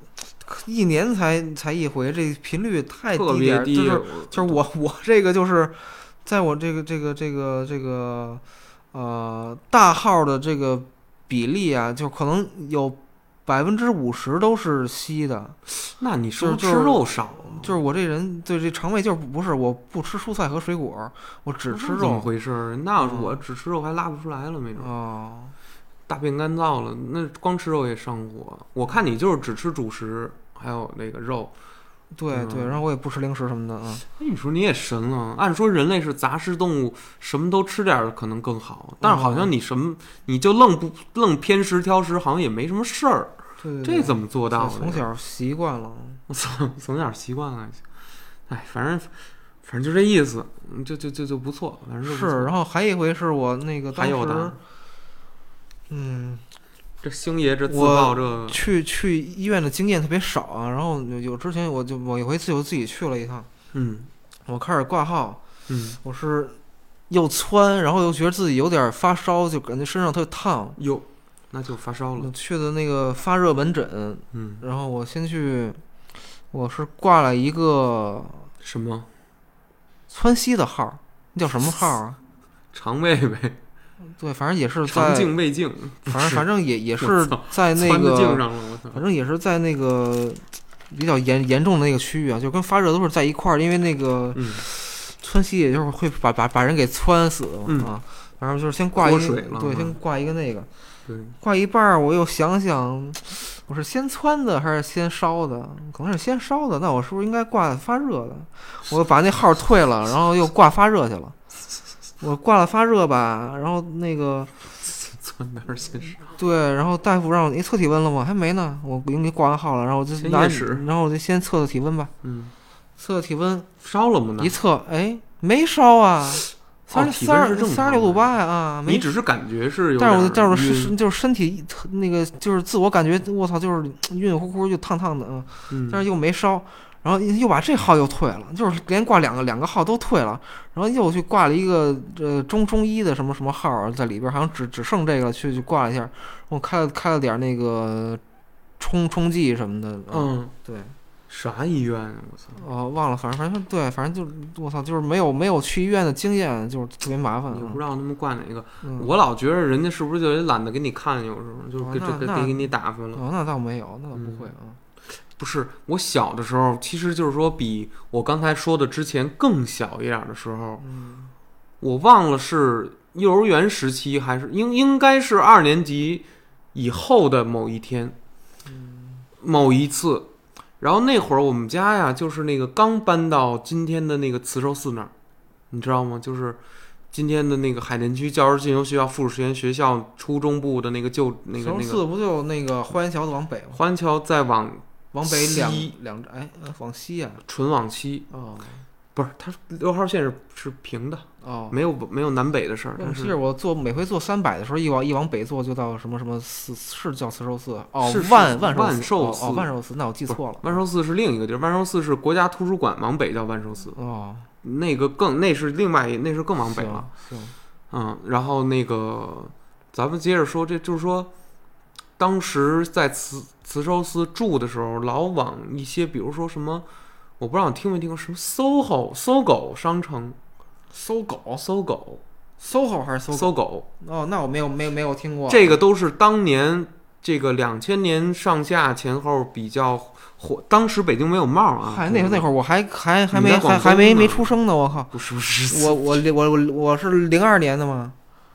1年才一回，这频率太低点， 就是我这个就是在我这个大号的这个比例啊，就可能有 50%都是稀的。 那你是不是吃肉少？ 就是我这人对这肠胃就是不是，我不吃蔬菜和水果，我只吃肉。 怎么回事？那要是我只吃肉还拉不出来了，没准。 哦， 大便干燥了，那光吃肉也上火。我看你就是只吃主食，还有那个肉。 对对，然后我也不吃零食什么的啊。 你说你也神了，按说人类是杂食动物，什么都吃点可能更好，但是好像你什么你就愣偏食挑食，好像也没什么事儿。 对， 这怎么做到的？ 从小习惯了。 我操，从小习惯了。哎，反正就这意思，就不错，反正是。然后还一回是我那个当时， 还有的，这星爷这自曝这个， 去医院的经验特别少啊。然后之前我有一次我自己去了一趟，我开始挂号，我是又窜，然后又觉得自己有点发烧，就感觉身上特烫， 哟，那就发烧了。 去的那个发热门诊，然后我是挂了一个什么窜稀的号，那叫什么号啊？ 肠胃呗。 对，反正也是在肠镜胃镜， 反正也是在那个镜上了， 反正也是在那个比较严重的那个区域啊，就跟发热都是在一块儿，因为那个窜稀也就是会把人给窜死啊。反正就是先挂一个，对，先挂一个那个，挂一半我又想想，我是先窜的还是先烧的？可能是先烧的，那我是不是应该挂发热的？我把那号退了，然后又挂发热去了。我挂了发热吧，然后那个窜的是先烧。 对，然后大夫让你测体温了吗？还没呢，我已经挂完号了，然后我就然后我就先测体温吧。测体温烧了吗？ 一测，哎，没烧啊，36.8啊， 你只是感觉是有点晕，但是就是身体那个就是自我感觉，我操，就是晕乎乎就烫烫的啊，但是又没烧。然后又把这号又退了，就是连挂两个号都退了，然后又去挂了一个中医的什么什么号在里边，好像只剩这个去挂了一下，我开了点那个冲剂什么的。对， 啥医院啊？我操！ 忘了，反正对，反正就我操，就是没有去医院的经验，就是特别麻烦。 也不知道他们挂哪个，我老觉得人家是不是就也懒得给你看，有时候就给你打发了。 那倒没有，那倒不会啊。 不是，我小的时候，其实就是说比我刚才说的之前更小一点的时候，我忘了是幼儿园时期还是应该是2年级以后的某一天，某一次，然后那会儿我们家呀，就是那个刚搬到今天的那个慈寿寺那儿，你知道吗？就是今天的那个海淀区教师进修学校附属实验学校初中部的那个慈寿寺不就那个花园桥的往北吗？ 花园桥再往北两往西呀， 纯往西不是，它6号线是平的没有南北的事儿。但是我每回坐300的时候，一往北坐就到什么寺，是叫慈寿寺是万寿寺万寿寺，那我记错了。 万寿寺是另一个地儿，万寿寺是国家图书馆往北叫万寿寺那个那是另外那是更往北了。然后那个咱们接着说，这就是说，当时在慈寿寺住的时候，老往一些比如说什么。我不知道你听没听过什么搜狗商城， 搜狗还是搜狗？ 那我没有听过。 这个都是当年这个2000年上下前后比较火，当时北京没有帽啊。 那会儿我还没出生呢，我靠！ 不是， 我是02年的吗？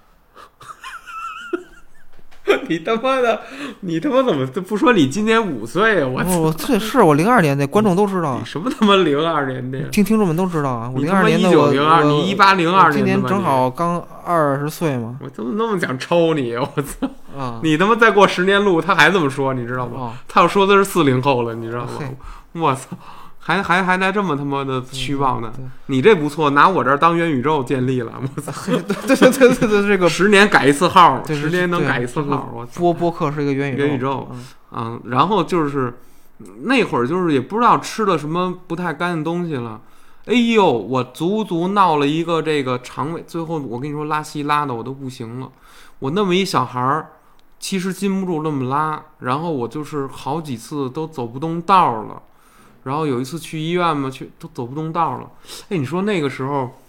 你他妈怎么不说你今年5岁啊？我这是我02年的，观众都知道。 你什么他妈02年的？ 听众们都知道啊！我02年的， 我1902，你1802年， 今年正好刚20岁嘛。 我怎么那么想抽你？我操！你他妈再过10年录，他还这么说，你知道吗？他要说的是40后了，你知道吗？我操！还来这么他妈的虚报呢？你这不错，拿我这儿当元宇宙建立了。我操！ 对，这个 10年改一次号，10年能改一次号。我操！ 播客是一个元宇宙。 然后就是那会儿就是也不知道吃了什么不太干净东西了。哎呦，我足闹了一个这个肠胃，最后我跟你说拉稀拉的我都不行了。我那么一小孩儿，其实禁不住那么拉，然后我就是好几次都走不动道了。然后有一次去医院嘛，都走不动道了。哎，你说那个时候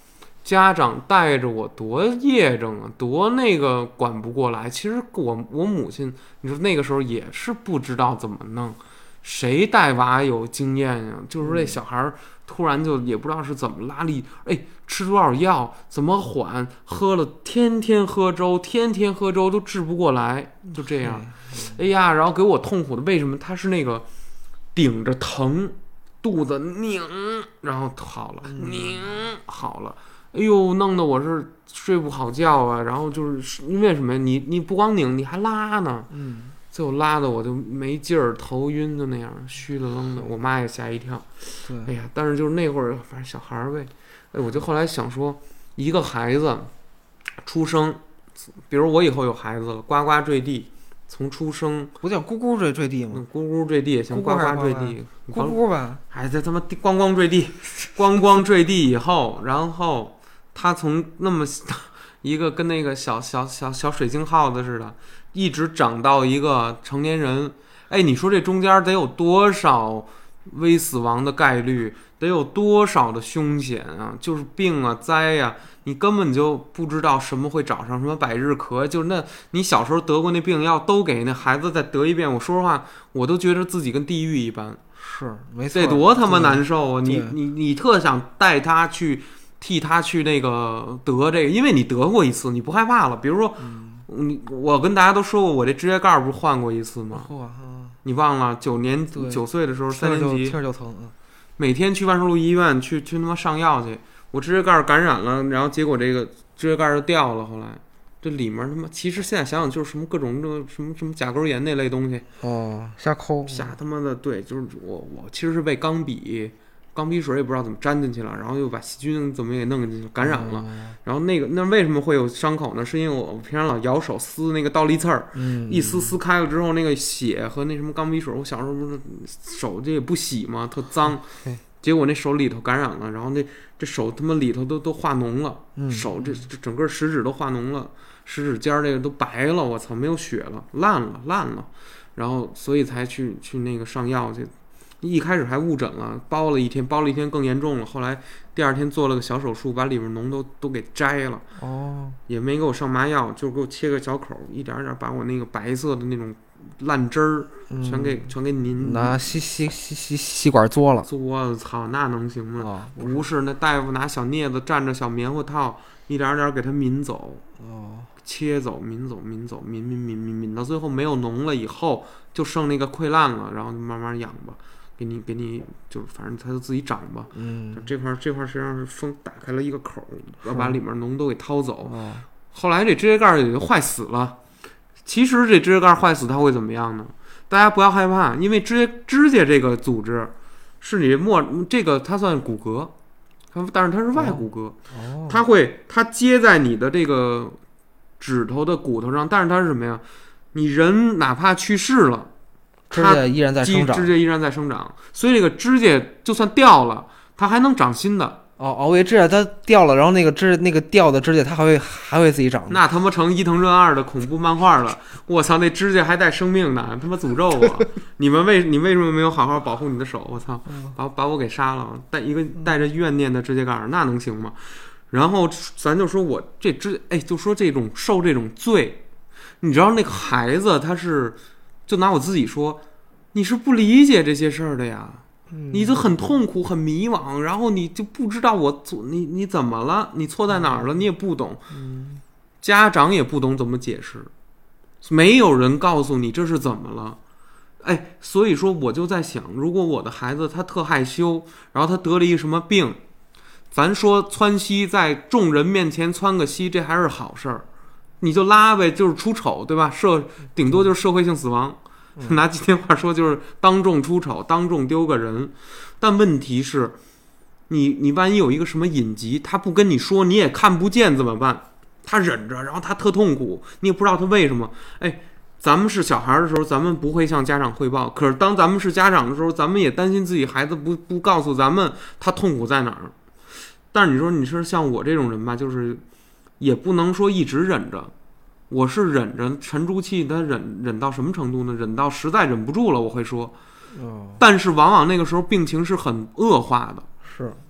家长带着我多噎着啊，多那个管不过来。其实我母亲，你说那个时候也是不知道怎么弄，谁带娃有经验呀？就是这小孩突然就也不知道是怎么拉力，吃多少药，怎么缓，喝了天天喝粥都治不过来，就这样。哎呀，然后给我痛苦的，为什么他是那个顶着疼，肚子拧，然后好了，拧好了。哎呦，弄得我是睡不好觉啊！然后就是因为什么呀？你不光拧，你还拉呢。最后拉的我就没劲儿，头晕的那样，虚了愣的。我妈也吓一跳。 对， 哎呀，但是就是那会儿，反正小孩儿呗。我就后来想说，一个孩子出生，比如我以后有孩子了，呱呱坠地，从出生不叫咕咕坠地吗？ 咕咕坠地也行，呱呱坠地， 咕咕吧。 这他妈咣咣坠地，咣咣坠地以后，然后他从那么一个跟那个小水晶耗子似的，一直长到一个成年人。你说这中间得有多少微死亡的概率，得有多少的凶险啊，就是病啊灾啊，你根本就不知道什么会找上，什么百日咳，就是那你小时候得过那病药都给那孩子再得一遍，我说实话我都觉得自己跟地狱一般。 是没错， 这多他妈难受啊！你特想带他去替他去那个得这个，因为你得过一次，你不害怕了。比如说，我跟大家都说过，我这指甲盖不是换过一次吗？你忘了？9岁的时候，3年级， 听着就疼。 每天去万寿路医院去他妈上药去，我指甲盖感染了，然后结果这个指甲盖就掉了。后来这里面他妈，其实现在想想就是什么各种什么甲沟炎那类东西。 瞎抠， 瞎他妈的，对，就是我其实是被钢笔水也不知道怎么粘进去了，然后又把细菌怎么也弄进去感染了。然后那为什么会有伤口呢？是因为我平常老咬手撕那个倒立刺儿，一撕开了之后，那个血和那什么钢笔水，我小时候不是手这也不洗嘛，特脏，结果那手里头感染了，然后这手他妈里头都化脓了，手这整个食指都化脓了，食指尖这个都白了，我操，没有血了，烂了，然后所以才去那个上药去。一开始还误诊了，包了一天更严重了。后来第二天做了个小手术，把里面脓都给摘了。也没给我上麻药，就给我切个小口，一点点把我那个白色的那种烂汁儿全给拧， 拿吸管嘬了。 操，那能行吗？不是，那大夫拿小镊子蘸着小棉花套，一点点给它抿走。切走，抿到最后没有脓了以后，就剩那个溃烂了，然后就慢慢养吧。给你，就是反正它就自己长吧。这块实际上是风打开了一个口，要把里面脓都给掏走。后来这指甲盖也就坏死了。其实这指甲盖坏死它会怎么样呢？大家不要害怕，因为指甲这个组织是你这个它算骨骼，但是它是外骨骼，它接在你的这个指头的骨头上，但是它是什么呀？你人哪怕去世了， 指甲依然在生长，所以这个指甲就算掉了，它还能长新的。 我以为指甲它掉了，然后那个掉的指甲它还会自己长。 那他妈成伊藤润二的恐怖漫画了！我操，那指甲还带生命呢，他妈诅咒我！你为什么没有好好保护你的手？我操，把我给杀了！带着怨念的指甲盖，那能行吗？然后咱就说我这就说这种受这种罪，你知道那个孩子他是，就拿我自己说，你是不理解这些事儿的呀，你就很痛苦很迷惘，然后你就不知道你怎么了，你错在哪儿了，你也不懂，家长也不懂怎么解释，没有人告诉你这是怎么了。所以说我就在想，如果我的孩子他特害羞，然后他得了一个什么病，咱说窜稀，在众人面前窜个稀，这还是好事儿，你就拉呗，就是出丑，对吧？顶多就是社会性死亡，拿今天话说就是当众出丑，当众丢个人。但问题是，你万一有一个什么隐疾，他不跟你说，你也看不见怎么办？他忍着，然后他特痛苦，你也不知道他为什么。咱们是小孩的时候，咱们不会向家长汇报，可是当咱们是家长的时候，咱们也担心自己孩子不告诉咱们他痛苦在哪儿。但是你说你是像我这种人吧，就是也不能说一直忍着，我是忍着沉住气，他忍到什么程度呢？忍到实在忍不住了，我会说。但是往往那个时候病情是很恶化的。 是，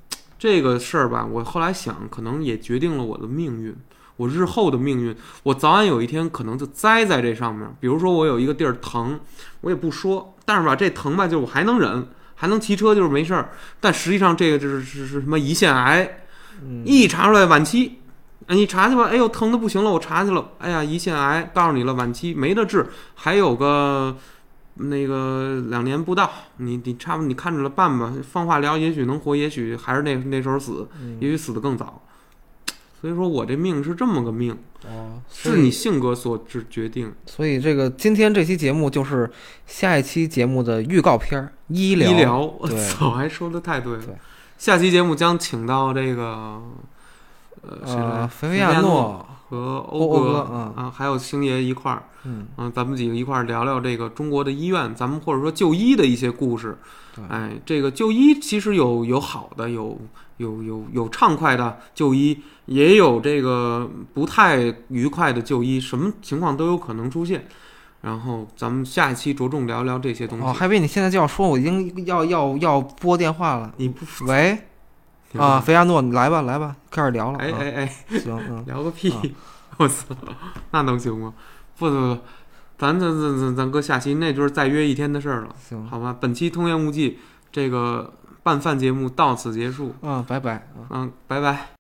这个事儿吧，我后来想，可能也决定了我的命运，我日后的命运。我早晚有一天可能就栽在这上面。比如说，我有一个地儿疼，我也不说，但是吧，这疼吧，就是我还能忍，还能骑车，就是没事儿。但实际上，这个是什么胰腺癌？一查出来晚期，你查去吧。哎呦，疼的不行了，我查去了。哎呀，胰腺癌，告诉你了，晚期没得治，还有个。那个2年不到，你差不多你看着了办吧，放化疗也许能活，也许还是那时候死，也许死得更早。所以说我这命是这么个命，是你性格所决定。 所以这个今天这期节目就是下一期节目的预告片，医疗。 我操，还说的太对了。下期节目将请到这个菲菲亚诺和欧哥还有星爷一块儿，咱们几个一块儿聊聊这个中国的医院，咱们或者说就医的一些故事。这个就医其实有好的，有畅快的就医，也有这个不太愉快的就医，什么情况都有可能出现。然后咱们下一期着重聊聊这些东西。 还以为你现在就要说，我已经要拨电话了。 你不喂？菲亚诺，你来吧，开始聊了。行， 聊个屁！我操，那能行吗？不，咱搁下期，那就是再约一天的事儿了。 行， 好吧。本期通言无忌这个拌饭节目到此结束。 拜拜。 拜拜。